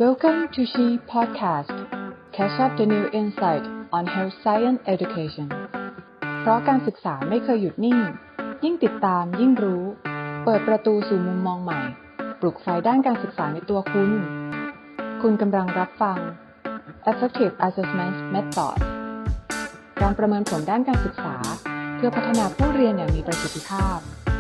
Welcome to She Podcast. Catch up the new insight on health science education. เพราะการศึกษาไม่เคยหยุดนิ่งยิ่งติดตามยิ่งรู้เปิดประตูสู่มุมมองใหม่ปลุกไฟด้านการศึกษาในตัวคุณกำลังรับฟัง Effective Assessment Method การประเมินผลด้านการศึกษาเพื่อพัฒนาผู้เรียนอย่างมีประสิทธิภาพ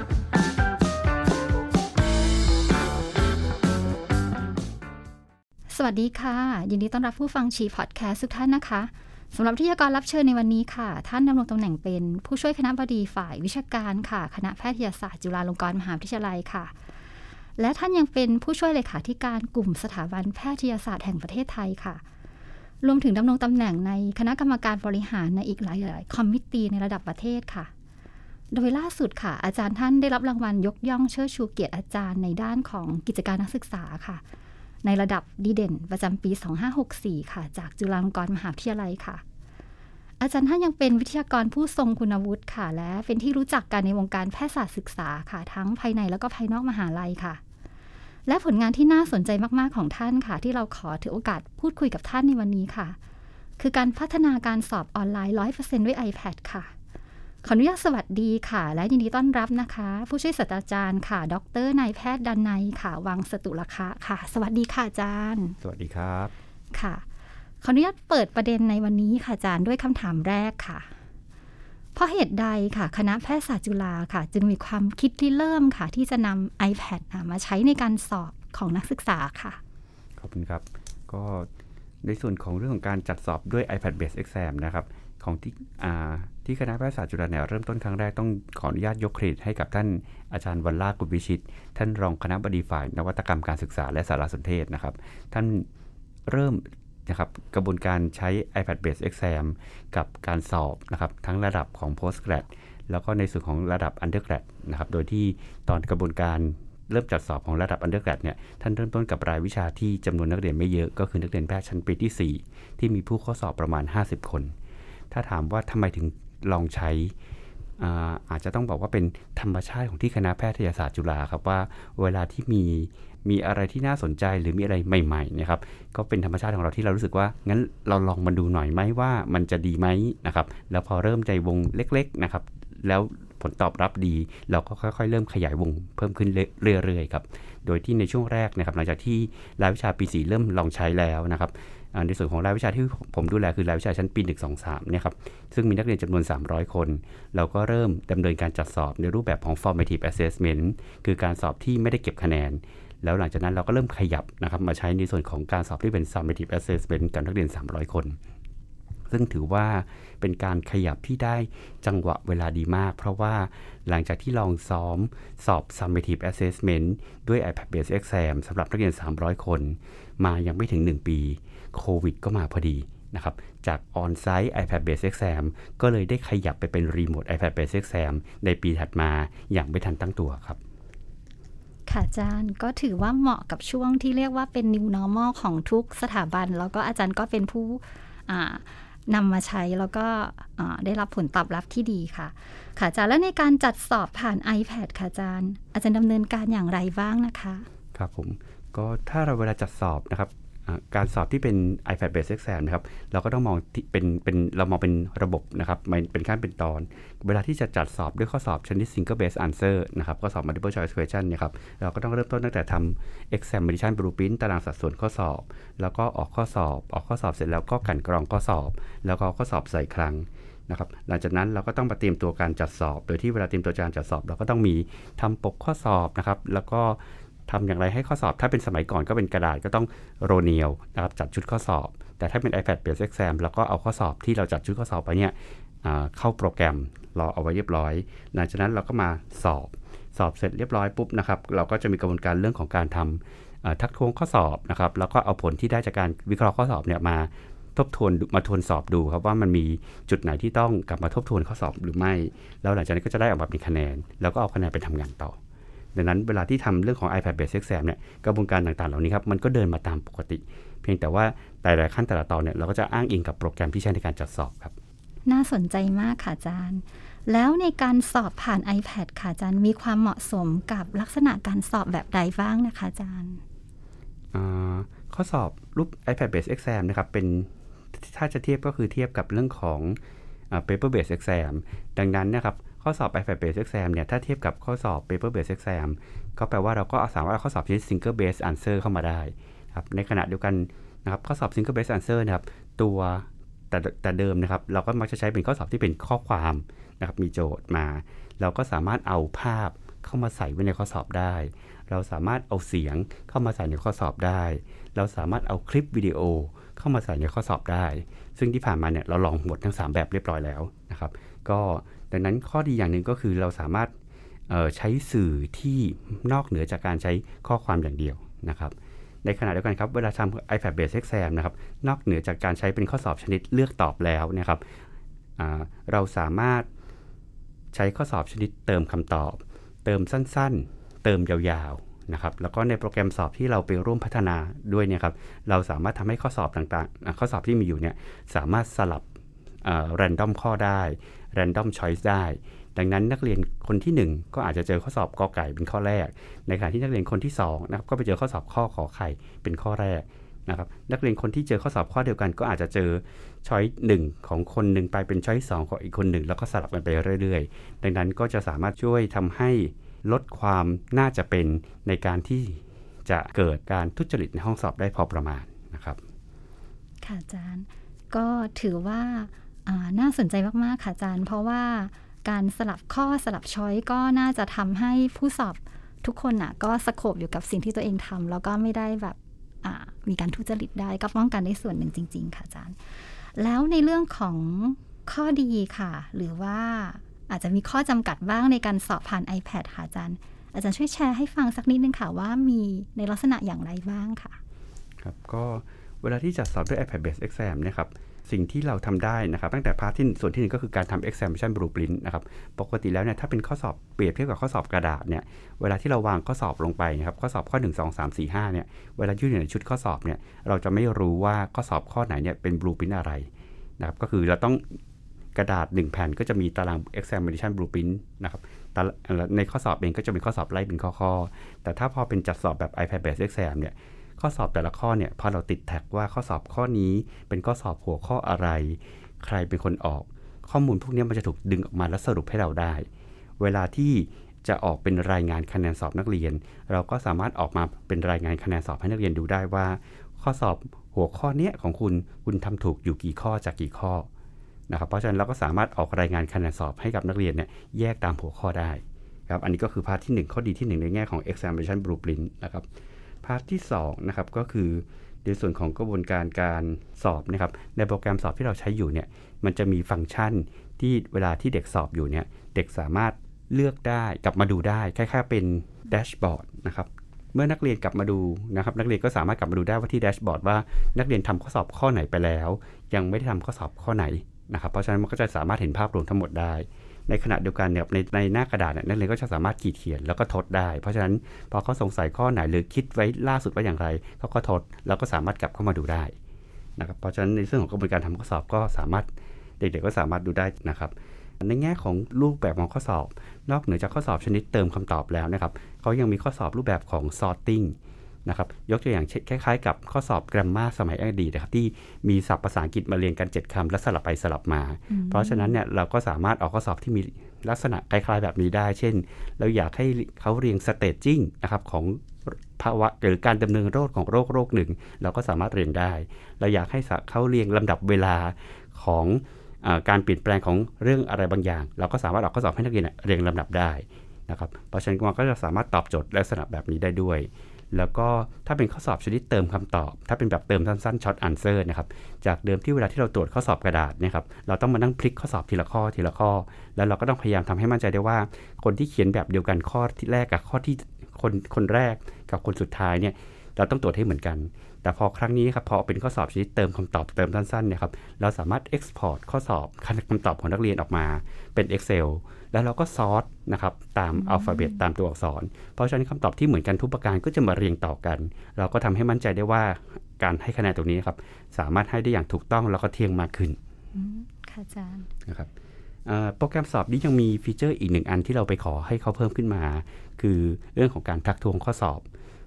สวัสดีค่ะยินดีต้อนรับผู้ฟังชีพอดแคสต์ทุกท่านนะคะสำหรับวิทยากรรับเชิญในวันนี้ค่ะท่านดำรงตำแหน่งเป็นผู้ช่วยคณบดีฝ่ายวิชาการค่ะคณะแพทยศาสตร์จุฬาลงกรณ์มหาวิทยาลัยค่ะและท่านยังเป็นผู้ช่วยเลขาธิการกลุ่มสถาบันแพทยศาสตร์แห่งประเทศไทยค่ะรวมถึงดำรงตำแหน่งในคณะกรรมการบริหารในอีกหลายคอมมิตตี้ในระดับประเทศค่ะโดยล่าสุดค่ะอาจารย์ท่านได้รับรางวัลยกย่องเชิดชูเกียรติอาจารย์ในด้านของกิจการนักศึกษาค่ะในระดับดีเด่นประจำปี 2564 ค่ะจากจุฬาลงกรณ์มหาวิทยาลัยค่ะอาจารย์ท่านยังเป็นวิทยากรผู้ทรงคุณวุฒิค่ะและเป็นที่รู้จักกันในวงการแพทยศาสตร์ศึกษาค่ะทั้งภายในแล้วก็ภายนอกมหาลัยค่ะและผลงานที่น่าสนใจมากๆของท่านค่ะที่เราขอถือโอกาสพูดคุยกับท่านในวันนี้ค่ะคือการพัฒนาการสอบออนไลน์ 100% ด้วย iPad ค่ะขออนุญาตสวัสดีค่ะและยินดีต้อนรับนะคะผู้ช่วยศาสตราจารย์ค่ะดร.นายแพทย์ดันนัยค่ะวังสตุลคะค่ะสวัสดีค่ะอาจารย์สวัสดีครับค่ะขออนุญาตเปิดประเด็นในวันนี้ค่ะอาจารย์ด้วยคำถามแรกค่ะเพราะเหตุใดค่ะคณะแพทยศาสตร์จุฬาค่ะจึงมีความคิดที่เริ่มค่ะที่จะนำ iPad มาใช้ในการสอบของนักศึกษาค่ะขอบคุณครับก็ในส่วนของเรื่องของการจัดสอบด้วย iPad based exam นะครับของที่คณะแพทยศาสตร์จุฬาเนี่ยเริ่มต้นครั้งแรกต้องขออนุญาตยกเครดิตให้กับท่านอาจารย์วรรลากุลวิชิตท่านรองคณบดีฝ่ายนวัตกรรมการศึกษาและสารสนเทศนะครับท่านเริ่มนะครับกระบวนการใช้ iPad based exam กับการสอบนะครับทั้งระดับของ postgrad แล้วก็ในส่วนของระดับ undergrad นะครับโดยที่ตอนกระบวนการเริ่มจัดสอบของระดับ undergrad เนี่ยท่านเริ่มต้นกับรายวิชาที่จำนวนนักเรียนไม่เยอะก็คือนักเรียนแพทย์ชั้นปีที่ 4ที่มีผู้เข้าสอบประมาณ50คนถ้าถามว่าทำไมถึงลองใช้อาจจะต้องบอกว่าเป็นธรรมชาติของที่คณะแพทยศาสตร์จุฬาครับว่าเวลาที่มีอะไรที่น่าสนใจหรือมีอะไรใหม่ๆนะครับก็เป็นธรรมชาติของเราที่เรารู้สึกว่างั้นเราลองมาดูหน่อยไหมว่ามันจะดีไหมนะครับแล้วพอเริ่มใจวงเล็กๆนะครับแล้วผลตอบรับดีเราก็ค่อยๆเริ่มขยายวงเพิ่มขึ้นเรื่อยๆครับโดยที่ในช่วงแรกนะครับหลังจากที่รายวิชาปี 4เริ่มลองใช้แล้วนะครับในส่วนของรายวิชาที่ผมดูแลคือรายวิชาชั้นปี 1, 2, 3เนี่ยครับซึ่งมีนักเรียนจำนวน300คนเราก็เริ่มดำเนินการจัดสอบในรูปแบบของ formative assessment คือการสอบที่ไม่ได้เก็บคะแนนแล้วหลังจากนั้นเราก็เริ่มขยับนะครับมาใช้ในส่วนของการสอบที่เป็น summative assessment กับนักเรียน300คนซึ่งถือว่าเป็นการขยับที่ได้จังหวะเวลาดีมากเพราะว่าหลังจากที่ลองซ้อมสอบ summative assessment ด้วย iPad based exam สำหรับนักเรียน300คนมายังไม่ถึง1ปีโควิดก็มาพอดีนะครับจาก on-site iPad based exam ก็เลยได้ขยับไปเป็น remote iPad based exam ในปีถัดมาอย่างไม่ทันตั้งตัวครับค่ะอาจารย์ก็ถือว่าเหมาะกับช่วงที่เรียกว่าเป็น new normal ของทุกสถาบันแล้วก็อาจารย์ก็เป็นผู้นำมาใช้แล้วก็ได้รับผลตอบรับที่ดีค่ะค่ะอาจารย์แล้วในการจัดสอบผ่าน iPad ค่ะอาจารย์ดำเนินการอย่างไรบ้างนะคะครับผมก็ถ้าเราเวลาจัดสอบนะครับการสอบที่เป็น iPad based exam นะครับเราก็ต้องมองเรามองเป็นระบบนะครับเป็นขั้นเป็นตอนเวลาที่จะจัดสอบด้วยข้อสอบชนิด single based answer นะครับข้อสอบ multiple choice question เนี่ยครับเราก็ต้องเริ่มต้นตั้งแต่ทำ examination blueprint ตารางสัดส่วนข้อสอบแล้วก็ออกข้อสอบเสร็จแล้วก็กลั่นกรองข้อสอบแล้วก็ข้อสอบใส่ครั้งนะครับหลังจากนั้นเราก็ต้องมาเตรียมตัวการจัดสอบโดยที่เวลาเตรียมตัวการจัดสอบเราก็ต้องมีทำปกข้อสอบนะครับแล้วก็ทำอย่างไรให้ข้อสอบถ้าเป็นสมัยก่อนก็เป็นกระดาษก็ต้องโรเนียลนะครับจัดชุดข้อสอบแต่ถ้าเป็น iPad based exam แล้วก็เอาข้อสอบที่เราจัดชุดข้อสอบไปเนี่ยเข้าโปรแกรมรอเอาไว้เรียบร้อยหลังจากนั้นเราก็มาสอบเสร็จเรียบร้อยปุ๊บนะครับเราก็จะมีกระบวนการเรื่องของการทำทักท้วงข้อสอบนะครับแล้วก็เอาผลที่ได้จากการวิเคราะห์ข้อสอบเนี่ยมาทวนสอบดูครับว่ามันมีจุดไหนที่ต้องกลับมาทบทวนข้อสอบหรือไม่แล้วหลังจากนั้นก็จะได้ออกมาเป็นคะแนนแล้วก็เอาคะแนนไปทำงานต่อดังนั้นเวลาที่ทำเรื่องของ iPad based exam เนี่ยกระบวนการต่างๆเหล่านี้ครับมันก็เดินมาตามปกติเพียงแต่ว่าแต่ละขั้นแต่ละตอนเนี่ยเราก็จะอ้างอิงกับโปรแกรมที่ใช้ในการจัดสอบครับน่าสนใจมากค่ะอาจารย์แล้วในการสอบผ่าน iPad ค่ะอาจารย์มีความเหมาะสมกับลักษณะการสอบแบบใดบ้างนะคะอาจารย์ข้อข้อสอบรูป iPad based exam นะครับเป็นถ้าจะเทียบก็คือเทียบกับเรื่องของpaper based exam ดังนั้นนะครับข้อสอบ iPad based exam เนี่ยถ้าเทียบกับข้อสอบ paper based exam ก็แปลว่าเราก็สามารถเอาข้อสอบชนิด single based answer เข้ามาได้ครับในขณะเดียวกันนะครับข้อสอบ single based answer นะครับตัวแต่เดิมนะครับเราก็มักจะใช้เป็นข้อสอบที่เป็นข้อความนะครับมีโจทย์มาเราก็สามารถเอาภาพเข้ามาใส่ไว้ในข้อสอบได้เราสามารถเอาเสียงเข้ามาใส่ในข้อสอบได้เราสามารถเอาคลิปวิดีโอเข้ามาใส่ในข้อสอบได้ซึ่งที่ผ่านมาเนี่ยเราลองหมดทั้ง3แบบเรียบร้อยแล้วนะครับก็ดังนั้นข้อดีอย่างหนึ่งก็คือเราสามารถใช้สื่อที่นอกเหนือจากการใช้ข้อความอย่างเดียวนะครับในขณะเดียวกันครับเวลาทำ iPad based exam นะครับนอกเหนือจากการใช้เป็นข้อสอบชนิดเลือกตอบแล้วนะครับเราสามารถใช้ข้อสอบชนิดเติมคำตอบเติมสั้นๆเติมยาวๆนะครับแล้วก็ในโปรแกรมสอบที่เราไปร่วมพัฒนาด้วยเนี่ยครับเราสามารถทำให้ข้อสอบต่างๆข้อสอบที่มีอยู่เนี่ยสามารถสลับrandom ข้อได้ random choice ได้ดังนั้นนักเรียนคนที่1ก็อาจจะเจอข้อสอบกอไก่เป็นข้อแรกในขณะที่นักเรียนคนที่2นะครับก็ไปเจอข้อสอบข้อขอไข่เป็นข้อแรกนะครับนักเรียนคนที่เจอข้อสอบข้อเดียวกันก็อาจจะเจอช้อย1ของคนหนึ่งไปเป็นช้อย2ของอีกคนหนึ่งแล้วก็สลับกันไปเรื่อยๆดังนั้นก็จะสามารถช่วยทำให้ลดความน่าจะเป็นในการที่จะเกิดการทุจริตในห้องสอบได้พอประมาณนะครับค่ะอาจารย์ก็ถือว่าน่าสนใจมากๆค่ะอาจารย์เพราะว่าการสลับข้อสลับช้อยก็น่าจะทำให้ผู้สอบทุกคนก็สโคปอยู่กับสิ่งที่ตัวเองทำแล้วก็ไม่ได้แบบมีการทุจริตได้ก็ป้องกันได้ส่วนหนึ่งจริงๆค่ะอาจารย์แล้วในเรื่องของข้อดีค่ะหรือว่าอาจจะมีข้อจำกัดบ้างในการสอบผ่าน iPad ค่ะอาจารย์ช่วยแชร์ให้ฟังสักนิดนึงค่ะว่ามีในลักษณะอย่างไรบ้างค่ะครับก็เวลาที่จัดสอบด้วย iPad based exam นะครับสิ่งที่เราทำได้นะครับตั้งแต่พาร์ทที่ส่วนที่1ก็คือการทำ examination blueprint นะครับปกติแล้วเนี่ยถ้าเป็นข้อสอบเปรียบเทียบกับข้อสอบกระดาษเนี่ยเวลาที่เราวางข้อสอบลงไปนะครับข้อสอบข้อ1 2 3 4 5เนี่ยเวลายื่นอยู่ในชุดข้อสอบเนี่ยเราจะไม่รู้ว่าข้อสอบข้อไหนเนี่ยเป็น blueprint อะไรนะครับก็คือเราต้องกระดาษ1แผ่นก็จะมีตาราง examination blueprint นะครับในข้อสอบเองก็จะเป็นข้อสอบไล่เป็นข้อๆแต่ถ้าพอเป็นจัดสอบแบบ iPad based exam เนี่ยข้อสอบแต่ละข้อเนี่ยพอเราติดแท็กว่าข้อสอบข้อนี้เป็นข้อสอบหัวข้ออะไรใครเป็นคนออกข้อมูลพวกนี้มันจะถูกดึงออกมาและสรุปให้เราได้เวลาที่จะออกเป็นรายงานคะแนนสอบนักเรียนเราก็สามารถออกมาเป็นรายงานคะแนนสอบให้นักเรียนดูได้ว่าข้อสอบหัวข้อเนี้ยของคุณทำถูกอยู่กี่ข้อจากกี่ข้อนะครับเพราะฉะนั้นเราก็สามารถออกรายงานคะแนนสอบให้กับนักเรียนเนี่ยแยกตามหัวข้อได้ครับอันนี้ก็คือพาร์ทที่1ข้อดีที่1ในแง่ของ examination blueprint นะครับพาร์ทที่2นะครับก็คือในส่วนของกระบวนการสอบนะครับในโปรแกรมสอบที่เราใช้อยู่เนี่ยมันจะมีฟังก์ชันที่เวลาที่เด็กสอบอยู่เนี่ยเด็กสามารถเลือกได้กลับมาดูได้คล้ายๆเป็นแดชบอร์ดนะครับเมื่อนักเรียนกลับมาดูนะครับนักเรียนก็สามารถกลับมาดูได้ว่าที่แดชบอร์ดว่านักเรียนทำข้อสอบข้อไหนไปแล้วยังไม่ได้ทำข้อสอบข้อไหนนะครับเพราะฉะนั้นมันก็จะสามารถเห็นภาพรวมทั้งหมดได้ในขณะเดียวกันเนี่ยในหน้ากระดาษเนี่ยนักเรียนก็จะสามารถขีดเขียนแล้วก็ทดได้เพราะฉะนั้นพอเขาสงสัยข้อไหนหรือคิดไว้ล่าสุดว่าอย่างไรเขาก็ทดแล้วก็สามารถกลับเข้ามาดูได้นะครับเพราะฉะนั้นในเรื่องของกระบวนการทำข้อสอบก็สามารถเด็กๆก็สามารถดูได้นะครับในแง่ของรูปแบบของข้อสอบนอกเหนือจากข้อสอบชนิดเติมคำตอบแล้วนะครับเขายังมีข้อสอบรูปแบบของ sorting นะครับยกตัวอย่างคล้ายๆกับข้อสอบ grammar สมัยอดีตนะครับที่มีศัพท์ภาษาอังกฤษมาเรียงกัน7คำและสลับไปสลับมาเพราะฉะนั้นเนี่ยเราก็สามารถออกข้อสอบที่มีลักษณะคล้ายๆแบบนี้ได้เช่นเราอยากให้เขาเรียง staging นะครับของภาวะหรือการดำเนินโรคของโรคหนึ่งเราก็สามารถเรียงได้เราอยากให้เขาเรียงลำดับเวลาของการเปลี่ยนแปลงของเรื่องอะไรบางอย่างเราก็สามารถออกข้อสอบให้นักเรียนเรียงลำดับได้นะครับเพราะฉะนั้นมันก็จะสามารถตอบโจทย์ลักษณะแบบนี้ได้ด้วยแล้วก็ถ้าเป็นข้อสอบชนิดเติมคำตอบถ้าเป็นแบบเติมสั้นๆ short answer นะครับจากเดิมที่เวลาที่เราตรวจข้อสอบกระดาษนะครับเราต้องมานั่งพลิกข้อสอบทีละข้อแล้วเราก็ต้องพยายามทำให้มั่นใจได้ว่าคนที่เขียนแบบเดียวกันข้อที่แรกกับข้อที่คนแรกกับคนสุดท้ายเนี่ยเราต้องตรวจให้เหมือนกันแต่พอครั้งนี้ครับพอเป็นข้อสอบชนิดเติมคำตอบเติมสั้นๆเนี่ยครับเราสามารถ export ข้อสอบคำตอบของนักเรียนออกมาเป็น Excel แล้วเราก็ซอร์ตนะครับตามอัลฟาเบตตามตัวอักษรเพราะฉะนั้นคำตอบที่เหมือนกันทุกประการก็จะมาเรียงต่อกันเราก็ทำให้มั่นใจได้ว่าการให้คะแนนตรงนี้ครับสามารถให้ได้อย่างถูกต้องแล้วก็เที่ยงมากขึ้นค่ะอาจารย์นะครับโปรแกรมสอบนี้ยังมีฟีเจอร์อีก1อันที่เราไปขอให้เขาเพิ่มขึ้นมาคือเรื่องของการทักท้วงข้อสอบ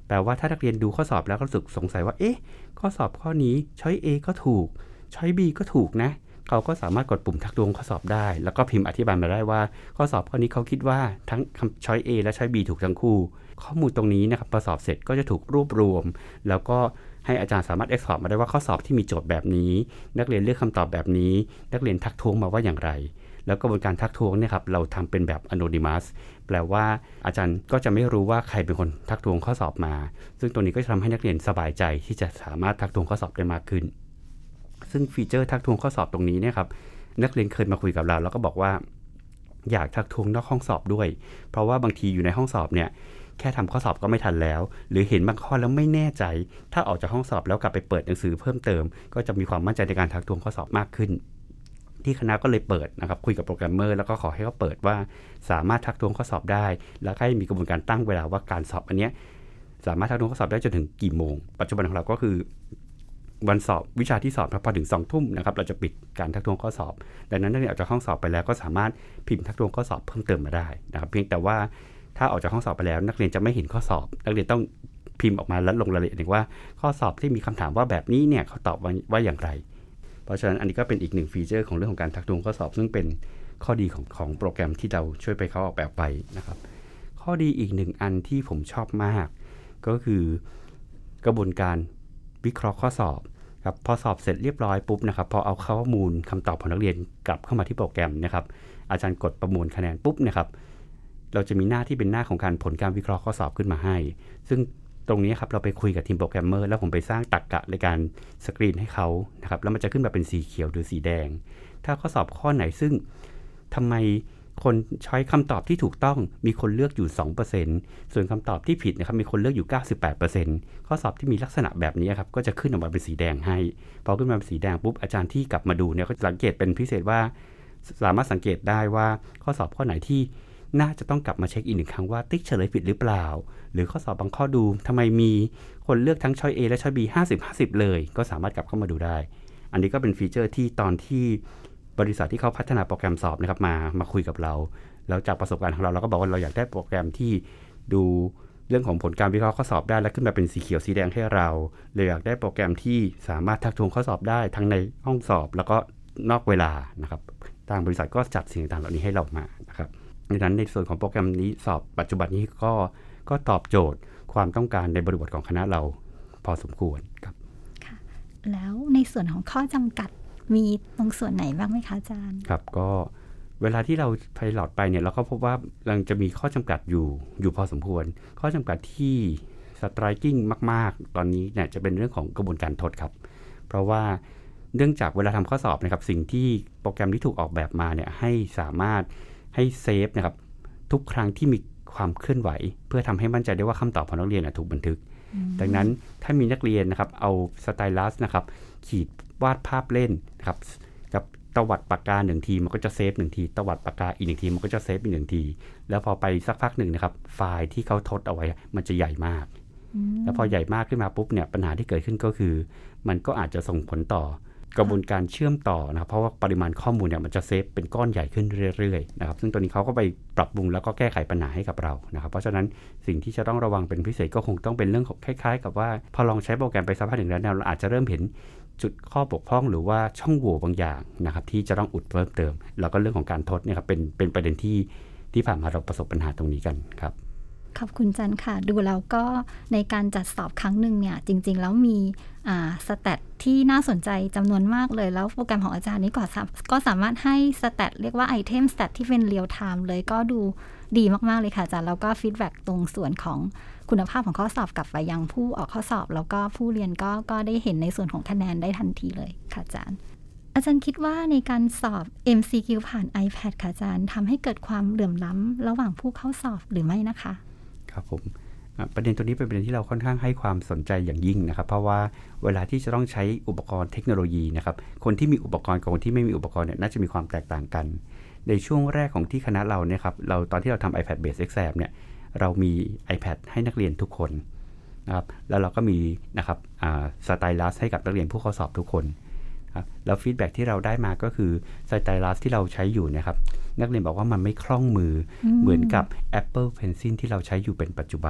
แปลว่าถ้านักเรียนดูข้อสอบแล้วก็รู้สึกสงสัยว่าข้อสอบข้อนี้ช้อย A ก็ถูกช้อย B ก็ถูกนะเขาก็สามารถกดปุ่มทักท้วงข้อสอบได้แล้วก็พิมพ์อธิบายมาได้ว่าข้อสอบข้อนี้เขาคิดว่าทั้งช้อย A และช้อย B ถูกทั้งคู่ข้อมูลตรงนี้นะครับพอสอบเสร็จก็จะถูกรวบรวมแล้วก็ให้อาจารย์สามารถ export มาได้ว่าข้อสอบที่มีโจทย์แบบนี้นักเรียนเลือกคำตอบแบบนี้นักเรียนทักท้วงมาว่าอย่างไรแล้วกระบวนการทักท้วงเนี่ยครับเราทำเป็นแบบ anonymous แปลว่าอาจารย์ก็จะไม่รู้ว่าใครเป็นคนทักท้วงข้อสอบมาซึ่งตัวนี้ก็จะทำให้นักเรียนสบายใจที่จะสามารถทักท้วงข้อสอบได้มากขึ้นซึ่งฟีเจอร์ทักท้วงข้อสอบตรงนี้เนี่ยครับนักเรียนเคยมาคุยกับเราแล้วก็บอกว่าอยากทักท้วงนอกห้องสอบด้วยเพราะว่าบางทีอยู่ในห้องสอบเนี่ยแค่ทำข้อสอบก็ไม่ทันแล้วหรือเห็นบางข้อแล้วไม่แน่ใจถ้าออกจากห้องสอบแล้วกลับไปเปิดหนังสือเพิ่มเติมก็จะมีความมั่นใจในการทักท้วงข้อสอบมากขึ้นที่คณะก็เลยเปิดนะครับคุยกับโปรแกรมเมอร์แล้วก็ขอให้เขาเปิดว่าสามารถทักท้วงข้อสอบได้แล้วให้มีกระบวนการตั้งเวลาว่าการสอบอันนี้สามารถทักท้วงข้อสอบได้จนถึงกี่โมงปัจจุบันของเราก็คือวันสอบวิชาที่สอบพอถึง20:00 นนะครับเราจะปิดการทักท้วงข้อสอบดังนั้นนักเรียนออกจากห้องสอบไปแล้วก็สามารถพิมพ์ทักท้วงข้อสอบเพิ่มเติมมาได้นะครับเพียงแต่ว่าถ้าออกจากห้องสอบไปแล้วนักเรียนจะไม่เห็นข้อสอบนักเรียนต้องพิมพ์ออกมาและลงรายละเอียดว่าข้อสอบที่มีคำถามว่าแบบนี้เนี่ยเขาตอบว่าอย่างไรเพราะฉะนั้นอันนี้ก็เป็นอีกหนึ่งฟีเจอร์ของเรื่องของการทักท้วงข้อสอบซึ่งเป็นข้อดีของโปรแกรมที่เราช่วยไปเขาออกแบบไปนะครับข้อดีอีกหนึ่งอันที่ผมชอบมากก็คือกระบวนการวิเคราะห์ข้อสอบครับพอสอบเสร็จเรียบร้อยปุ๊บนะครับพอเอาข้อมูลคำตอบของนักเรียนกลับเข้ามาที่โปรแกรมนะครับอาจารย์กดประมวลคะแนนปุ๊บนะครับเราจะมีหน้าที่เป็นหน้าของการผลการวิเคราะห์ข้อสอบขึ้นมาให้ซึ่งตรงนี้ครับเราไปคุยกับทีมโปรแกรมเมอร์แล้วผมไปสร้างตรรกะในการสกรีนให้เขานะครับแล้วมันจะขึ้นมาเป็นสีเขียวหรือสีแดงถ้าข้อสอบข้อไหนซึ่งทำไมคนใช้คำตอบที่ถูกต้องมีคนเลือกอยู่ 2% ส่วนคำตอบที่ผิดนะครับมีคนเลือกอยู่ 98% ข้อสอบที่มีลักษณะแบบนี้ครับก็จะขึ้นออกมาเป็นสีแดงให้พอขึ้นมาเป็นสีแดงปุ๊บอาจารย์ที่กลับมาดูเนี่ยก็สังเกตเป็นพิเศษว่าสามารถสังเกตได้ว่าข้อสอบข้อไหนที่น่าจะต้องกลับมาเช็คอีกหนึ่งครั้งว่าติ๊กเฉลยผิดหรือเปล่าหรือข้อสอบบางข้อดูทำไมมีคนเลือกทั้งช้อย A และช้อย B 50-50 เลยก็สามารถกลับเข้ามาดูได้อันนี้ก็เป็นฟีเจอร์ที่ตอนที่บริษัทที่เขาพัฒนาโปรแกรมสอบนะครับมาคุยกับเราแล้วจากประสบการณ์ของเราก็บอกว่าเราอยากได้โปรแกรมที่ดูเรื่องของผลการวิเคราะห์ข้อสอบได้และขึ้นมาเป็นสีเขียวสีแดงให้เราเลยอยากได้โปรแกรมที่สามารถทักท้วงข้อสอบได้ทั้งในห้องสอบแล้วก็นอกเวลานะครับทางบริษัทก็จัดสิ่งต่างๆเหล่านี้ให้เรามานะครับดังนั้นในส่วนของโปรแกรมนี้สอบปัจจุบันนี้ก็ตอบโจทย์ความต้องการในบริบทของคณะเราพอสมควรครับค่ะแล้วในส่วนของข้อจำกัดมีตรงส่วนไหนบ้างไหมคะอาจารย์ครับก็เวลาที่เราไพลอตไปเนี่ยเราก็พบว่ายังจะมีข้อจำกัดอยู่พอสมควรข้อจำกัดที่สไตรกิ้งมากๆตอนนี้เนี่ยจะเป็นเรื่องของกระบวนการทดครับเพราะว่าเนื่องจากเวลาทำข้อสอบนะครับสิ่งที่โปรแกรมที่ถูกออกแบบมาเนี่ยให้สามารถให้เซฟนะครับทุกครั้งที่มีความเคลื่อนไหวเพื่อทำให้มั่นใจได้ว่าคำตอบของนักเรียนถูกบันทึกดังนั้นถ้ามีนักเรียนนะครับเอาสไตลัสนะครับขีดวาดภาพเล่นนะครับกับตวัดปากกา1ทีมันก็จะเซฟ1ทีตวัดปากกาอีก1ทีมันก็จะเซฟอีก1ทีแล้วพอไปสักพักหนึ่งนะครับไฟล์ที่เขาทดเอาไว้มันจะใหญ่มากแล้วพอใหญ่มากขึ้นมาปุ๊บเนี่ยปัญหาที่เกิดขึ้นก็คือมันก็อาจจะส่งผลต่อกระบวนการเชื่อมต่อนะครับเพราะว่าปริมาณข้อมูลเนี่ยมันจะเซฟเป็นก้อนใหญ่ขึ้นเรื่อยๆนะครับซึ่งตัวนี้เขาก็ไปปรับปรุงแล้วก็แก้ไขปัญหาให้กับเรานะครับเพราะฉะนั้นสิ่งที่จะต้องระวังเป็นพิเศษก็คงต้องเป็นเรื่องของคล้ายๆกับว่าพอลองใช้โปรแกรมไปสักพักหนึ่งแล้วเราอาจจะเริ่มเห็นจุดข้อบกพร่องหรือว่าช่องโหว่บางอย่างนะครับที่จะต้องอุดเพิ่มเติมแล้วก็เรื่องของการทดเนี่ยครับเป็นประเด็นที่ผ่านมาเราประสบปัญหาตรงนี้กันครับขอบคุณจันค่ะดูแล้วก็ในการจัดสอบครั้งหนึ่งเนี่ยจริงๆแล้วมีสแตทที่น่าสนใจจำนวนมากเลยแล้วโปรแกรมของอาจารย์นี้ก็สามารถให้สแตทเรียกว่าไอเทมสแตทที่เป็นเรียลไทม์เลยก็ดูดีมากๆเลยค่ะอาจารย์แล้วก็ฟีดแบ็กตรงส่วนของคุณภาพของข้อสอบกลับไปยังผู้ออกข้อสอบแล้วก็ผู้เรียนก็ได้เห็นในส่วนของคะแนนได้ทันทีเลยค่ะอาจารย์คิดว่าในการสอบ MCQ ผ่าน iPad ค่ะอาจารย์ทำให้เกิดความเหลื่อมล้ำระหว่างผู้เข้าสอบหรือไม่นะคะครับผมประเด็นตัวนี้เป็นประเด็นที่เราค่อนข้างให้ความสนใจอย่างยิ่งนะครับเพราะว่าเวลาที่จะต้องใช้อุปกรณ์เทคโนโลยีนะครับคนที่มีอุปกรณ์กับคนที่ไม่มีอุปกรณ์เนี่ยน่าจะมีความแตกต่างกันในช่วงแรกของที่คณะเราเนี่ยครับตอนที่เราทำ iPad based exam เนี่ยเรามี iPad ให้นักเรียนทุกคนนะครับแล้วเราก็มีนะครับสไตลัสให้กับนักเรียนผู้เข้าสอบทุกคนครับแล้วฟีดแบ็กที่เราได้มาก็คือสไตลัสที่เราใช้อยู่นะครับนักเรียนบอกว่ามันไม่คล่องมือเหมือนกับ Apple Pencil ที่เราใช้อยู่เป็นปัจจุบัน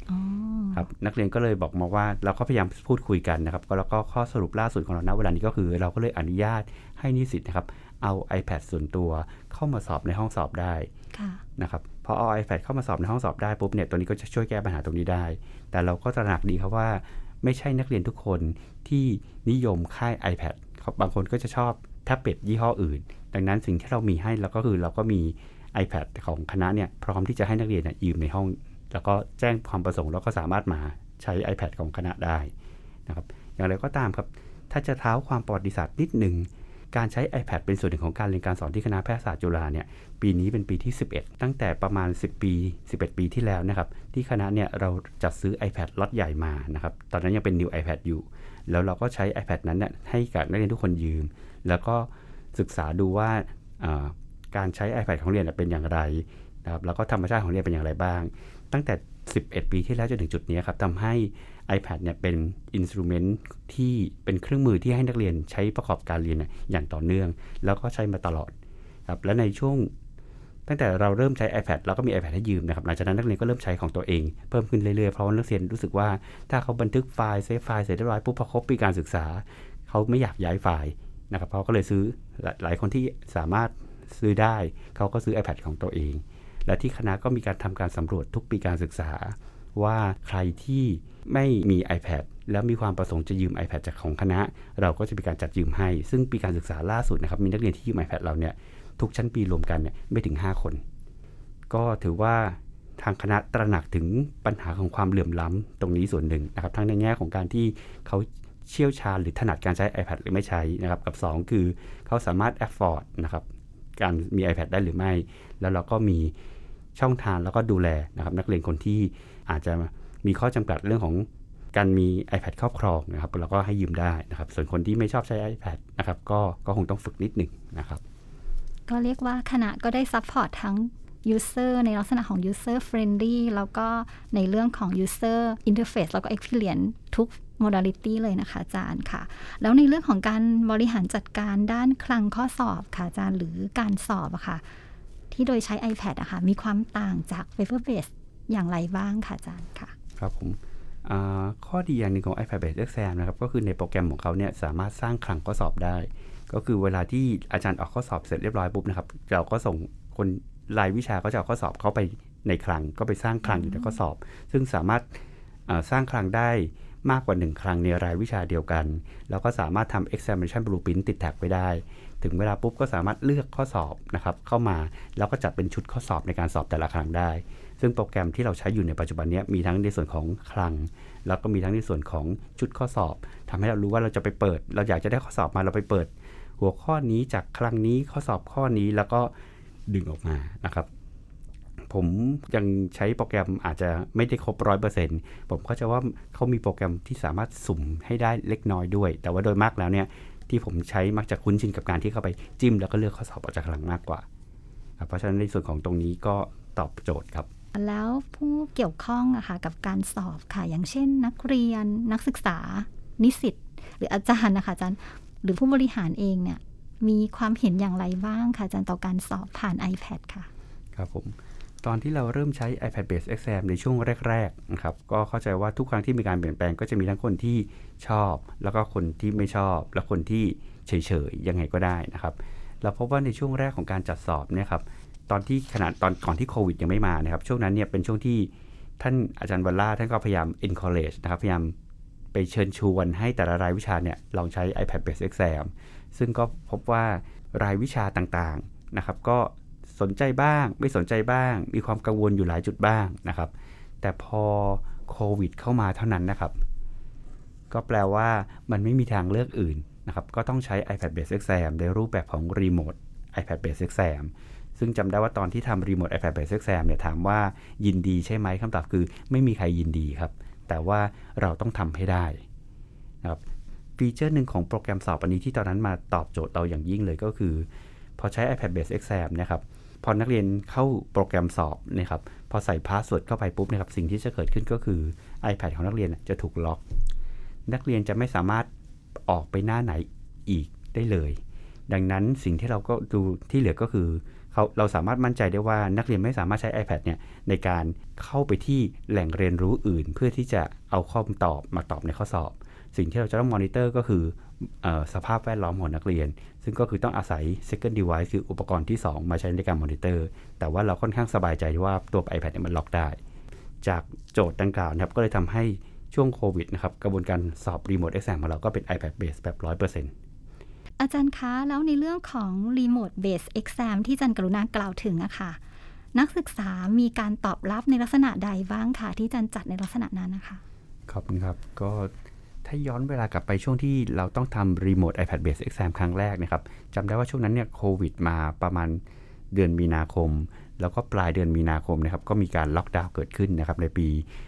ครับนักเรียนก็เลยบอกมาว่าเราก็พยายามพูดคุยกันนะครับแล้วก็ข้อสรุปล่าสุดของเราณเวลานี้ก็คือเราก็เลยอนุญาตให้นิสิตนะครับเอา iPad ส่วนตัวเข้ามาสอบในห้องสอบได้นะครับพอเอา iPad เข้ามาสอบในห้องสอบได้ปุ๊บเนี่ยตัวนี้ก็จะช่วยแก้ปัญหาตรงนี้ได้แต่เราก็ตระหนักดีครับว่าไม่ใช่นักเรียนทุกคนที่นิยมค่าย iPad บางคนก็จะชอบแท็บเล็ตยี่ห้ออื่นดังนั้นสิ่งที่เรามีให้เราก็คือเราก็มี iPad ของคณะเนี่ยพร้อมที่จะให้นักเรียนยืมในห้องแล้วก็แจ้งความประสงค์แล้วก็สามารถมาใช้ iPad ของคณะได้นะครับอย่างไรก็ตามครับถ้าจะเท้าความประวัติศาสตร์นิดหนึ่งการใช้ iPad เป็นส่วนหนึ่งของการเรียนการสอนที่คณะแพทยศาสตร์จุฬาเนี่ยปีนี้เป็นปีที่11ตั้งแต่ประมาณ11 ปีที่แล้วนะครับที่คณะเนี่ยเราจัดซื้อ iPad ล็อตใหญ่มานะครับตอนนั้นยังเป็น New iPad อยู่แล้วเราก็ใช้ iPad นั้นเนี่ยให้กับนักเรียนทุกคนยืมแล้วก็ศึกษาดูว่าการใช้ iPad ของเรียนเป็นอย่างไรนะครับแล้วก็ธรรมชาติของเรียนเป็นอย่างไรบ้างตั้งแต่11 ปีที่แล้วจนถึงจุดนี้ครับทำให้ iPad เนี่ยเป็นอินสตรูเมนต์ที่เป็นเครื่องมือที่ให้นักเรียนใช้ประกอบการเรียนอย่างต่อเนื่องแล้วก็ใช้มาตลอดครับและในช่วงตั้งแต่เราเริ่มใช้ iPad เราก็มี iPad ให้ยืมนะครับหลังจากนั้นนักเรียนก็เริ่มใช้ของตัวเองเพิ่มขึ้นเรื่อยๆเพราะว่านักเรียนรู้สึกว่าถ้าเขาบันทึกไฟล์เซฟไฟล์เสร็จเรียบร้อยปุ๊บพอครบปีการศึกษาเขาไม่อยากย้ายไฟล์นะครับเขาก็เลยซื้อหลายคนที่สามารถซื้อได้เขาก็ซื้อ iPad ของตัวเองและที่คณะก็มีการทำการสำรวจทุกปีการศึกษาว่าใครที่ไม่มี iPad แล้วมีความประสงค์จะยืม iPad จากของคณะเราก็จะมีการจัดยืมให้ซึ่งปีการศึกษาล่าสุดนะครับมีนักเรียนที่ยืม iPad เราเนี่ยทุกชั้นปีรวมกันเนี่ยไม่ถึง5คนก็ถือว่าทางคณะตระหนักถึงปัญหาของความเหลื่อมล้ำตรงนี้ส่วนหนึ่งนะครับทั้งในแง่ของการที่เขาเชี่ยวชาญหรือถนัดการใช้ iPad หรือไม่ใช้นะครับกับ2คือเขาสามารถ afford นะครับการมี iPad ได้หรือไม่แล้วเราก็มีช่องทางแล้วก็ดูแลนะครับนักเรียนคนที่อาจจะมีข้อจำกัดเรื่องของการมี iPad ครอบครองนะครับเราก็ให้ยืมได้นะครับส่วนคนที่ไม่ชอบใช้ iPad นะครับก็คงต้องฝึกนิดหนึ่งนะครับก็เรียกว่าคณะก็ได้ซัพพอร์ตทั้ง user ในลักษณะของ user friendly แล้วก็ในเรื่องของ user interface แล้วก็ experience ทุก modality เลยนะคะอาจารย์ค่ะแล้วในเรื่องของการบริหารจัดการด้านคลังข้อสอบค่ะอาจารย์หรือการสอบอะค่ะที่โดยใช้ iPad อะค่ะมีความต่างจาก paper based อย่างไรบ้างค่ะอาจารย์ค่ะครับผมข้อดีอย่างหนึ่งของ iPad based exam นะครับก็คือในโปรแกรมของเขาเนี่ยสามารถสร้างคลังข้อสอบได้ก็คือเวลาที่อาจารย์ออกข้อสอบเสร็จเรียบร้อยปุ๊บนะครับเราก็ส่งคนรายวิชาก็จะเอาข้อสอบเข้าไปในคลังก็ไปสร้างคลังอยู่ในข้อสอบซึ่งสามารถสร้างคลังได้มากกว่า1คลังในรายวิชาเดียวกันแล้วก็สามารถทำ examination blueprint ติดแท็กไว้ได้ถึงเวลาปุ๊บก็สามารถเลือกข้อสอบนะครับเข้ามาแล้วก็จัดเป็นชุดข้อสอบในการสอบแต่ละครั้งได้ซึ่งโปรแกรมที่เราใช้อยู่ในปัจจุบันนี้มีทั้งในส่วนของคลังแล้วก็มีทั้งในส่วนของชุดข้อสอบทำให้เรารู้ว่าเราจะไปเปิดเราอยากจะได้ข้อสอบมาเราไปเปิดหัวข้อนี้จากคลังนี้ข้อสอบข้อนี้แล้วก็ดึงออกมานะครับผมยังใช้โปรแกรมอาจจะไม่ได้ครบ 100% ผมเข้าใจว่าเขามีโปรแกรมที่สามารถสุ่มให้ได้เล็กน้อยด้วยแต่ว่าโดยมากแล้วเนี่ยที่ผมใช้มักจะคุ้นชินกับการที่เข้าไปจิ้มแล้วก็เลือกข้อสอบออกจากคลังมากกว่าเพราะฉะนั้นในส่วนของตรงนี้ก็ตอบโจทย์ครับแล้วผู้เกี่ยวข้องอะค่ะกับการสอบค่ะอย่างเช่นนักเรียนนักศึกษานิสิตหรืออาจารย์นะคะอาจารย์หรือผู้บริหารเองเนี่ยมีความเห็นอย่างไรบ้างค่ะอาจารย์ต่อการสอบผ่าน iPad ค่ะครับผมตอนที่เราเริ่มใช้ iPad based exam ในช่วงแรกๆนะครับก็เข้าใจว่าทุกครั้งที่มีการเปลี่ยนแปลงก็จะมีทั้งคนที่ชอบแล้วก็คนที่ไม่ชอบและคนที่เฉยๆยังไงก็ได้นะครับเราพบว่าในช่วงแรกของการจัดสอบเนี่ยครับตอนที่ก่อนที่โควิดยังไม่มานะครับช่วงนั้นเนี่ยเป็นช่วงที่ท่านอาจารย์วัลล่าท่านก็พยายาม encourage นะครับพยายามไปเชิญชวนให้แต่ละรายวิชาเนี่ยลองใช้ iPad based exam ซึ่งก็พบว่ารายวิชาต่างๆนะครับก็สนใจบ้างไม่สนใจบ้างมีความกังวลอยู่หลายจุดบ้างนะครับแต่พอโควิดเข้ามาเท่านั้นนะครับก็แปลว่ามันไม่มีทางเลือกอื่นนะครับก็ต้องใช้ iPad based exam ในรูปแบบของ remote iPad based exam ซึ่งจำได้ว่าตอนที่ทำ remote iPad based exam เนี่ยถามว่ายินดีใช่ไหมคำตอบคือไม่มีใครยินดีครับแต่ว่าเราต้องทำให้ได้นะครับฟีเจอร์หนึ่งของโปรแกรมสอบอันนี้ที่ตอนนั้นมาตอบโจทย์เราอย่างยิ่งเลยก็คือพอใช้ iPad based exam นะครับพอนักเรียนเข้าโปรแกรมสอบนะครับพอใส่พาสเวิร์ดเข้าไปปุ๊บนะครับสิ่งที่จะเกิดขึ้นก็คือ iPad ของนักเรียนจะถูกล็อกนักเรียนจะไม่สามารถออกไปหน้าไหนอีกได้เลยดังนั้นสิ่งที่เราก็ดูที่เหลือก็คือเราสามารถมั่นใจได้ว่านักเรียนไม่สามารถใช้ iPad เนี่ยในการเข้าไปที่แหล่งเรียนรู้อื่นเพื่อที่จะเอาข้อมูลตอบมาตอบในข้อสอบสิ่งที่เราจะต้องมอนิเตอร์ก็คือสภาพแวดล้อมของนักเรียนซึ่งก็คือต้องอาศัย second device คืออุปกรณ์ที่2มาใช้ในการมอนิเตอร์แต่ว่าเราค่อนข้างสบายใจว่าตัว iPad เนี่ยมันล็อกได้จากโจทย์ดังกล่าวนะครับก็เลยทำให้ช่วงโควิดนะครับกระบวนการสอบ remote exam ของเราก็เป็น iPad based แบบ 100% อาจารย์คะแล้วในเรื่องของ remote based exam ที่อาจารย์กรุณากล่าวถึงอะค่ะนักศึกษามีการตอบรับในลักษณะใดบ้างคะที่อาจารย์จัดในลักษณะนั้นนะคะขอบคุณครับก็ถ้าย้อนเวลากลับไปช่วงที่เราต้องทำ remote iPad based exam ครั้งแรกนะครับจำได้ว่าช่วงนั้นเนี่ยโควิดมาประมาณเดือนมีนาคมแล้วก็ปลายเดือนมีนาคมนะครับก็มีการล็อกดาวน์เกิดขึ้นนะครับในปี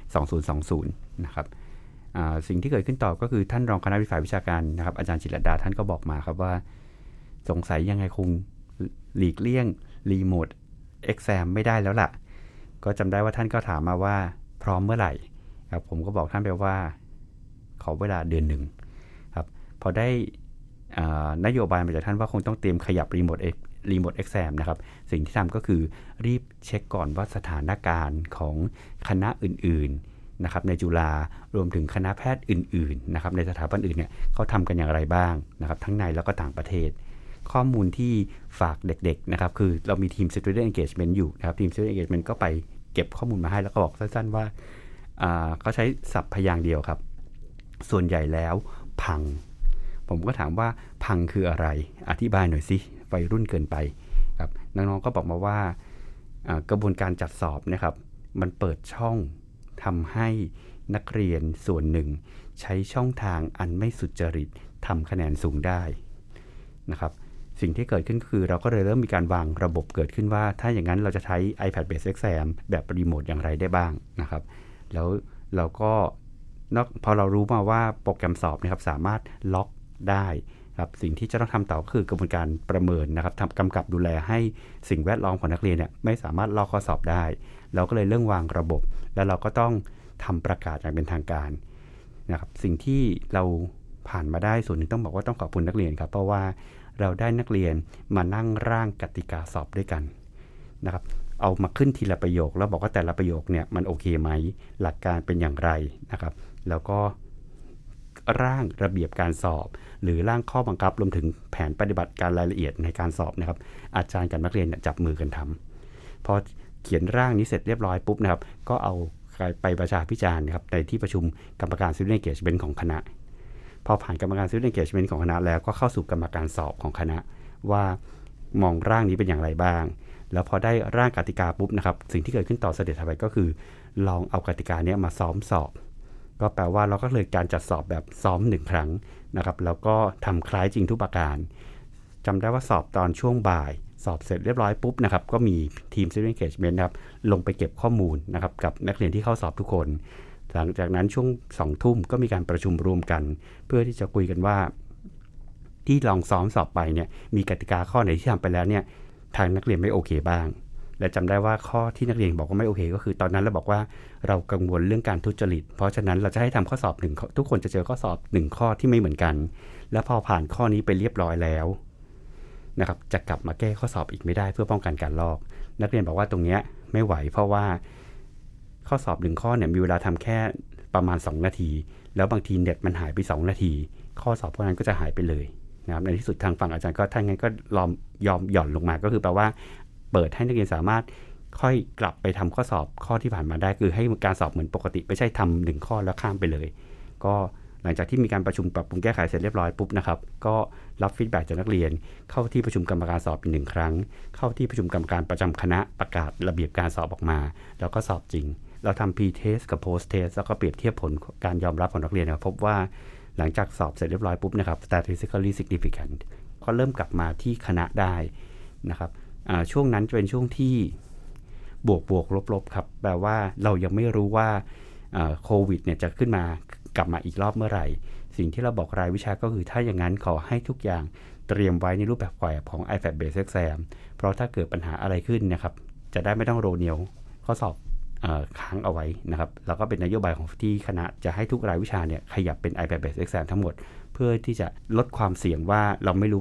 2020 นะครับสิ่งที่เกิดขึ้นต่อก็คือท่านรองคณะฝ่ายวิชาการนะครับอาจารย์จิตรลดาท่านก็บอกมาครับว่าสงสัยยังไงคงหลีกเลี่ยง remote exam ไม่ได้แล้วล่ะก็จำได้ว่าท่านก็ถามมาว่าพร้อมเมื่อไหร่ครับผมก็บอกท่านไปว่าขอเวลาเดือนหนึ่งครับพอได้นโยบายมาจากท่านว่าคงต้องเตรียมขยับ remote exam นะครับสิ่งที่ทำก็คือรีบเช็คก่อนว่าสถานการณ์ของคณะอื่นๆนะครับในจุฬารวมถึงคณะแพทย์อื่นๆนะครับในสถาบันอื่นเนี่ยเขาทำกันอย่างไรบ้างนะครับทั้งในแล้วก็ต่างประเทศข้อมูลที่ฝากเด็กๆนะครับคือเรามีทีม Student Engagement อยู่นะครับทีม Student Engagement ก็ไปเก็บข้อมูลมาให้แล้วก็บอกสั้นๆว่าเขาใช้ศัพท์พยางค์เดียวครับส่วนใหญ่แล้วพังผมก็ถามว่าพังคืออะไรอธิบายหน่อยสิวัยรุ่นเกินไปครับน้องๆก็บอกมาว่ากระบวนการจัดสอบนะครับมันเปิดช่องทำให้นักเรียนส่วนหนึ่งใช้ช่องทางอันไม่สุจริตทำคะแนนสูงได้นะครับสิ่งที่เกิดขึ้นก็คือเราก็เลยเริ่มมีการวางระบบเกิดขึ้นว่าถ้าอย่างนั้นเราจะใช้ iPad based exam แบบรีโมทอย่างไรได้บ้างนะครับแล้วเราก็พอเรารู้มาว่าโปรแกรมสอบนะครับสามารถล็อกได้ครับสิ่งที่จะต้องทำต่อคือกระบวนการประเมินนะครับทำกำกับดูแลให้สิ่งแวดล้อมของนักเรียนเนี่ยไม่สามารถลอกข้อสอบได้เราก็เลยเริ่มวางระบบแล้วเราก็ต้องทำประกาศอย่างเป็นทางการนะครับสิ่งที่เราผ่านมาได้ส่วนหนึ่งต้องบอกว่าต้องขอบคุณนักเรียนครับเพราะว่าเราได้นักเรียนมานั่งร่างกติกาสอบด้วยกันนะครับเอามาขึ้นทีละประโยคแล้วบอกว่าแต่ละประโยคเนี่ยมันโอเคไหมหลักการเป็นอย่างไรนะครับแล้วก็ร่างระเบียบการสอบหรือร่างข้อบังคับรวมถึงแผนปฏิบัติการรายละเอียดในการสอบนะครับอาจารย์กับนักเรียนจับมือกันทำพอเขียนร่างนี้เสร็จเรียบร้อยปุ๊บนะครับก็เอาไปประชาพิจารณ์นะครับในที่ประชุมกรรมการ Student Engagement ของคณะพอผ่านกรรมการ Student Engagement ของคณะแล้วก็เข้าสู่กรรมการสอบของคณะว่ามองร่างนี้เป็นอย่างไรบ้างแล้วพอได้ร่างกติกาปุ๊บนะครับสิ่งที่เกิดขึ้นต่อเสด็จถัดไปก็คือลองเอากติกานี้มาซ้อมสอบก็แปลว่าเราก็เลยการจัดสอบแบบซ้อม1ครั้งนะครับแล้วก็ทำคล้ายจริงทุกประการจำได้ว่าสอบตอนช่วงบ่ายสอบเสร็จเรียบร้อยปุ๊บนะครับก็มีทีม Student Engagement นะครับลงไปเก็บข้อมูลนะครับกับนักเรียนที่เข้าสอบทุกคนหลังจากนั้นช่วง 20:00 นก็มีการประชุมรวมกันเพื่อที่จะคุยกันว่าที่ลองซ้อมสอบไปเนี่ยมีกติกาข้อไหนที่ทำไปแล้วเนี่ยทางนักเรียนไม่โอเคบ้างและจำได้ว่าข้อที่นักเรียนบอกว่าไม่โอเคก็คือตอนนั้นเราบอกว่าเรากังวลเรื่องการทุจริตเพราะฉะนั้นเราจะให้ทำข้อสอบ1ทุกคนจะเจอข้อสอบ1ข้อที่ไม่เหมือนกันและพอผ่านข้อนี้ไปเรียบร้อยแล้วนะครับจะกลับมาแก้ข้อสอบอีกไม่ได้เพื่อป้องกันการลอกนักเรียนบอกว่าตรงนี้ไม่ไหวเพราะว่าข้อสอบ1ข้อเนี่ยมีเวลาทำแค่ประมาณ2นาทีแล้วบางทีเน็ตมันหายไป2นาทีข้อสอบพวกนั้นก็จะหายไปเลยนะครับในที่สุดทางฝั่งอาจารย์ก็ท่านงั้นก็ยอมหย่อนลงมาก็คือแปลว่าเปิดให้นักเรียนสามารถค่อยกลับไปทำข้อสอบข้อที่ผ่านมาได้คือให้การสอบเหมือนปกติไม่ใช่ทำ1ข้อแล้วข้ามไปเลยก็หลังจากที่มีการประชุมปรับปรุงแก้ไขเสร็จเรียบร้อยปุ๊บนะครับก็รับฟีดแบ็กจากนักเรียนเข้าที่ประชุมกรรมการสอบอีก1ครั้งเข้าที่ประชุมกรรมการประจำคณะประกาศระเบียบการสอบออกมาแล้วก็สอบจริงเราทำ pre-test กับ post-test แล้วก็เปรียบเทียบผลการยอมรับของนักเรียนพบว่าหลังจากสอบเสร็จเรียบร้อยปุ๊บนะครับ statistically significant ก็เริ่มกลับมาที่คณะได้นะครับช่วงนั้นจะเป็นช่วงที่บวกลบครับแปลว่าเรายังไม่รู้ว่าโควิดเนี่ยจะขึ้นมากลับมาอีกรอบเมื่อไหร่สิ่งที่เราบอกรายวิชาก็คือถ้าอย่างนั้นขอให้ทุกอย่างเตรียมไว้ในรูปแบบของ iPad based exam เพราะถ้าเกิดปัญหาอะไรขึ้นนะครับจะได้ไม่ต้องโรเนียวข้อสอบค้างเอาไว้นะครับแล้วก็เป็นนโยบายของที่คณะจะให้ทุกรายวิชาเนี่ยขยับเป็น iPad based exam ทั้งหมดเพื่อที่จะลดความเสี่ยงว่าเราไม่รู้ว่า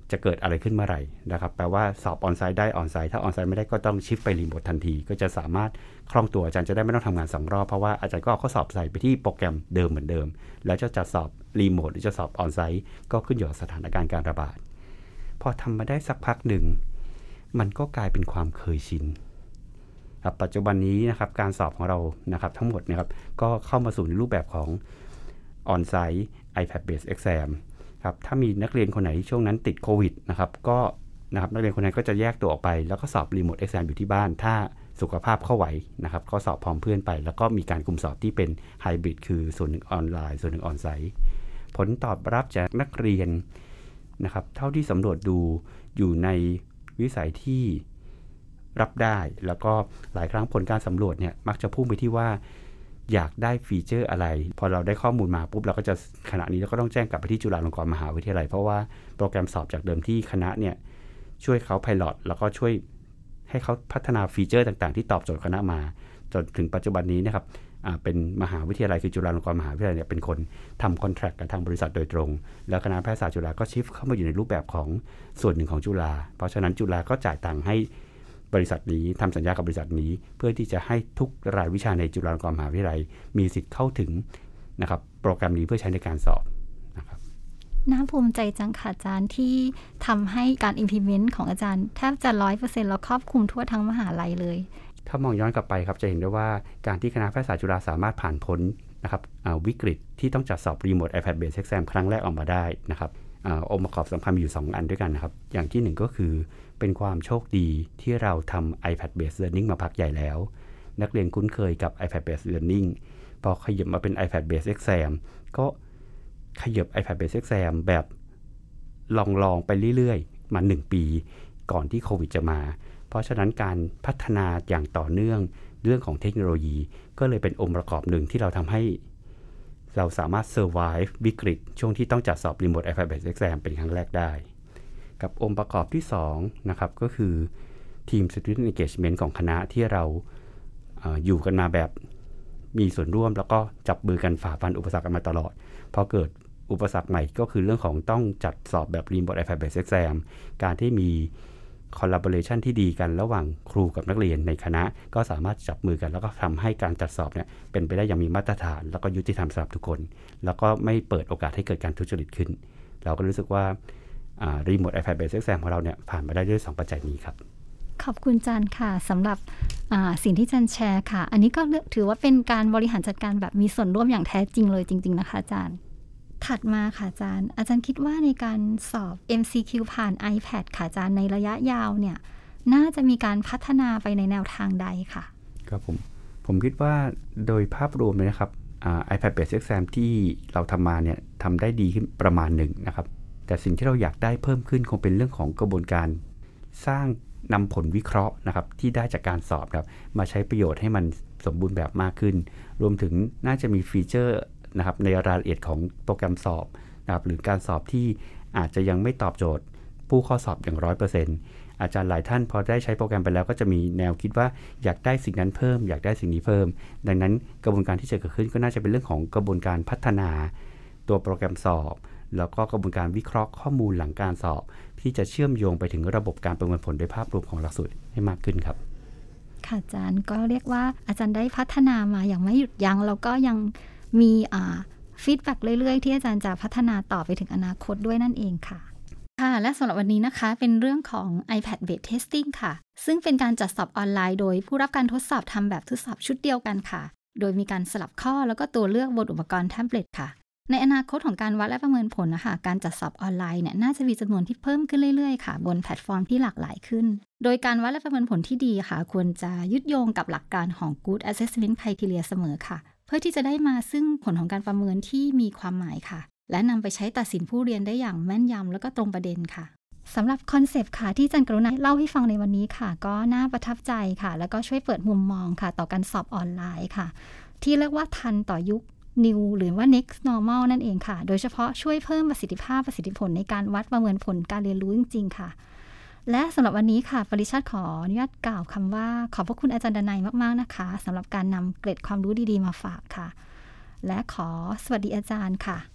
จะเกิดอะไรขึ้นเมื่อไหร่นะครับแปลว่าสอบออนไซต์ได้ออนไซต์ถ้าออนไซต์ไม่ได้ก็ต้องชิฟไปรีโมททันทีก็จะสามารถคล่องตัวอาจารย์จะได้ไม่ต้องทำงาน2รอบเพราะว่าอาจารย์ก็เอาข้อสอบใส่ไปที่โปรแกรมเดิมเหมือนเดิมแล้วจะสอบรีโมทหรือจะสอบออนไซต์ก็ขึ้นอยู่กับสถานการณ์การระบาดพอทำมาได้สักพักหนึ่งมันก็กลายเป็นความเคยชินครับปัจจุบันนี้นะครับการสอบของเรานะครับทั้งหมดนะครับก็เข้ามาสู่ในรูปแบบของออนไซต์ iPad based exam ครับถ้ามีนักเรียนคนไหนช่วงนั้นติดโควิดนะครับก็นะครับนักเรียนคนนั้นก็จะแยกตัวออกไปแล้วก็สอบรีโมท exam อยู่ที่บ้านถ้าสุขภาพเข้าไหวนะครับก็สอบพร้อมเพื่อนไปแล้วก็มีการคุมสอบที่เป็นไฮบริดคือส่วนหนึ่งออนไลน์ส่วนหนึ่งออนไซต์ผลตอบรับจากนักเรียนนะครับเท่าที่สำรวจดูอยู่ในวิสัยที่รับได้แล้วก็หลายครั้งผลการสำรวจเนี่ยมักจะพุ่งไปที่ว่าอยากได้ฟีเจอร์อะไรพอเราได้ข้อมูลมาปุ๊บเราก็จะขณะนี้เราก็ต้องแจ้งกลับไปที่จุฬาลงกรณ์มหาวิทยาลัยเพราะว่าโปรแกรมสอบจากเดิมที่คณะเนี่ยช่วยเขาไพลอตแล้วก็ช่วยให้เขาพัฒนาฟีเจอร์ต่างๆที่ตอบโจทย์คณะมาจนถึงปัจจุบันนี้นะครับเป็นมหาวิทยาลัยคือจุฬาลงกรณ์มหาวิทยาลัยเนี่ยเป็นคนทำคอนแทรคกับทางบริษัทโดยตรงแล้วคณะแพทยศาสตร์จุฬาก็ชิฟเข้ามาอยู่ในรูปแบบของส่วนหนึ่งของจุฬาเพราะฉะนั้นจุฬาก็จ่ายตังค์ให้บริษัทนี้ทำสัญญากับบริษัทนี้เพื่อที่จะให้ทุกรายวิชาในจุฬาลงกรณ์มหาวิทยาลัยมีสิทธิ์เข้าถึงนะครับโปรแกรมนี้เพื่อใช้ในการสอบนะครับน่าภูมิใจจังค่ะอาจารย์ที่ทำให้การ implement ของอาจารย์แทบจะ 100% แล้วครอบคลุมทั่วทั้งมหาลัยเลยถ้ามองย้อนกลับไปครับจะเห็นได้ว่าการที่คณะแพทยศาสตร์จุฬาสามารถผ่านพ้นนะครับวิกฤตที่ต้องจัดสอบ Remote iPad Based Exam ครั้งแรกออกมาได้นะครับองค์ประกอบสำคัญมีอยู่2อันด้วยกันนะครับอย่างที่1ก็คือเป็นความโชคดีที่เราทำ iPad Based Learning มาพักใหญ่แล้วนักเรียนคุ้นเคยกับ iPad Based Learning พอขยับมาเป็น iPad Based Exam ก็ขยับ iPad Based Exam แบบลองไปเรื่อยๆมา1ปีก่อนที่โควิดจะมาเพราะฉะนั้นการพัฒนาอย่างต่อเนื่องเรื่องของเทคโนโลยีก็เลยเป็นองค์ประกอบหนึ่งที่เราทำให้เราสามารถ survive วิกฤตช่วงที่ต้องจัดสอบ Remote iPad Based Exam เป็นครั้งแรกได้กับองค์ประกอบที่2นะครับก็คือทีม Student Engagement ของคณะที่เราอยู่กันมาแบบมีส่วนร่วมแล้วก็จับมือกันฝ่าฟันอุปสรรคกันมาตลอดพอเกิดอุปสรรคใหม่ก็คือเรื่องของต้องจัดสอบแบบ Remote iPad Based Exam การที่มีcollaboration ที่ดีกันระหว่างครูกับนักเรียนในคณะก็สามารถจับมือกันแล้วก็ทำให้การจัดสอบเนี่ยเป็นไปได้อย่างมีมาตรฐานแล้วก็ยุติธรรมสำหรับทุกคนแล้วก็ไม่เปิดโอกาสให้เกิดการทุจริตขึ้นเราก็รู้สึกว่าRemote iPad Based Exam ของเราเนี่ยผ่านมาได้ด้วย2ปัจจัยนี้ครับขอบคุณจันค่ะสำหรับสิ่งที่จันแชร์ค่ะอันนี้ก็ถือว่าเป็นการบริหารจัดการแบบมีส่วนร่วมอย่างแท้จริงเลยจริงๆนะคะอาจารย์ถัดมาค่ะอาจารย์คิดว่าในการสอบ MCQ ผ่าน iPad ค่ะอาจารย์ในระยะยาวเนี่ยน่าจะมีการพัฒนาไปในแนวทางใดค่ะครับผมคิดว่าโดยภาพรวมเลยนะครับiPad Based Exam ที่เราทำมาเนี่ยทำได้ดีขึ้นประมาณหนึ่งนะครับแต่สิ่งที่เราอยากได้เพิ่มขึ้นคงเป็นเรื่องของกระบวนการสร้างนำผลวิเคราะห์นะครับที่ได้จากการสอบครับมาใช้ประโยชน์ให้มันสมบูรณ์แบบมากขึ้นรวมถึงน่าจะมีฟีเจอร์นะครับในรายละเอียดของโปรแกรมสอบนะครับหรือการสอบที่อาจจะยังไม่ตอบโจทย์ผู้ข้อสอบอย่าง 100% อาจารย์หลายท่านพอได้ใช้โปรแกรมไปแล้วก็จะมีแนวคิดว่าอยากได้สิ่งนั้นเพิ่มอยากได้สิ่งนี้เพิ่มดังนั้นกระบวนการที่จะเกิดขึ้นก็น่าจะเป็นเรื่องของกระบวนการพัฒนาตัวโปรแกรมสอบแล้วก็กระบวนการวิเคราะห์ข้อมูลหลังการสอบที่จะเชื่อมโยงไปถึงระบบการประเมินผลโดยภาพรวมของหลักสูตรให้มากขึ้นครับค่ะอาจารย์ก็เรียกว่าอาจารย์ได้พัฒนามาอย่างไม่หยุดยั้งแล้วก็ยังมีฟีดแบ็กเรื่อยๆที่อาจารย์จะพัฒนาต่อไปถึงอนาคตด้วยนั่นเองค่ะค่ะและสำหรับวันนี้นะคะเป็นเรื่องของ iPad Based Testing ค่ะซึ่งเป็นการจัดสอบออนไลน์โดยผู้รับการทดสอบทำแบบทดสอบชุดเดียวกันค่ะโดยมีการสลับข้อแล้วก็ตัวเลือกบนอุปกรณ์แท็บเล็ตค่ะในอนาคตของการวัดและประเมินผลนะคะการจัดสอบออนไลน์เนี่ยน่าจะมีจำนวนที่เพิ่มขึ้นเรื่อยๆค่ะบนแพลตฟอร์มที่หลากหลายขึ้นโดยการวัดและประเมินผลที่ดีค่ะควรจะยึดโยงกับหลักการของ Good Assessment Criteria เสมอค่ะเพื่อที่จะได้มาซึ่งผลของการประเมินที่มีความหมายค่ะและนำไปใช้ตัดสินผู้เรียนได้อย่างแม่นยำและก็ตรงประเด็นค่ะสำหรับคอนเซปต์ค่ะที่อาจารย์กรุณาเล่าให้ฟังในวันนี้ค่ะก็น่าประทับใจค่ะแล้วก็ช่วยเปิดมุมมองค่ะต่อการสอบออนไลน์ค่ะที่เรียกว่าทันต่อยุคNew หรือว่า Next Normal นั่นเองค่ะโดยเฉพาะช่วยเพิ่มประสิทธิผลในการวัดประเมินผลการเรียนรู้จริงๆค่ะและสำหรับวันนี้ค่ะปริชาติขออนุญาตกล่าวคำว่าขอบพระคุณอาจารย์ดนัยมากๆนะคะสำหรับการนำเกร็ดความรู้ดีๆมาฝากค่ะและขอสวัสดีอาจารย์ค่ะ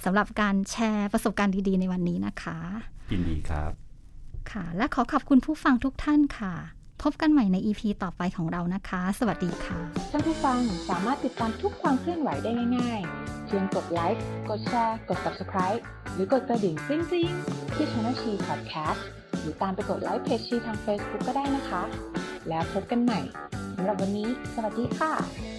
สำหรับการแชร์ประสบการณ์ดีๆในวันนี้นะคะยินดีครับค่ะและขอขอบคุณผู้ฟังทุกท่านค่ะพบกันใหม่ใน EP ต่อไปของเรานะคะสวัสดีค่ะท่านผู้ฟังสามารถติดตามทุกความเคลื่อนไหวได้ง่ายๆเพียงกดไลค์กดแชร์กด Subscribe หรือกดกระดิ่งกริ๊งๆที่ Channel She Podcast หรือตามไปกดไลค์เพจ She ทาง Facebook ก็ได้นะคะแล้วพบกันใหม่สำหรับวันนี้สวัสดีค่ะ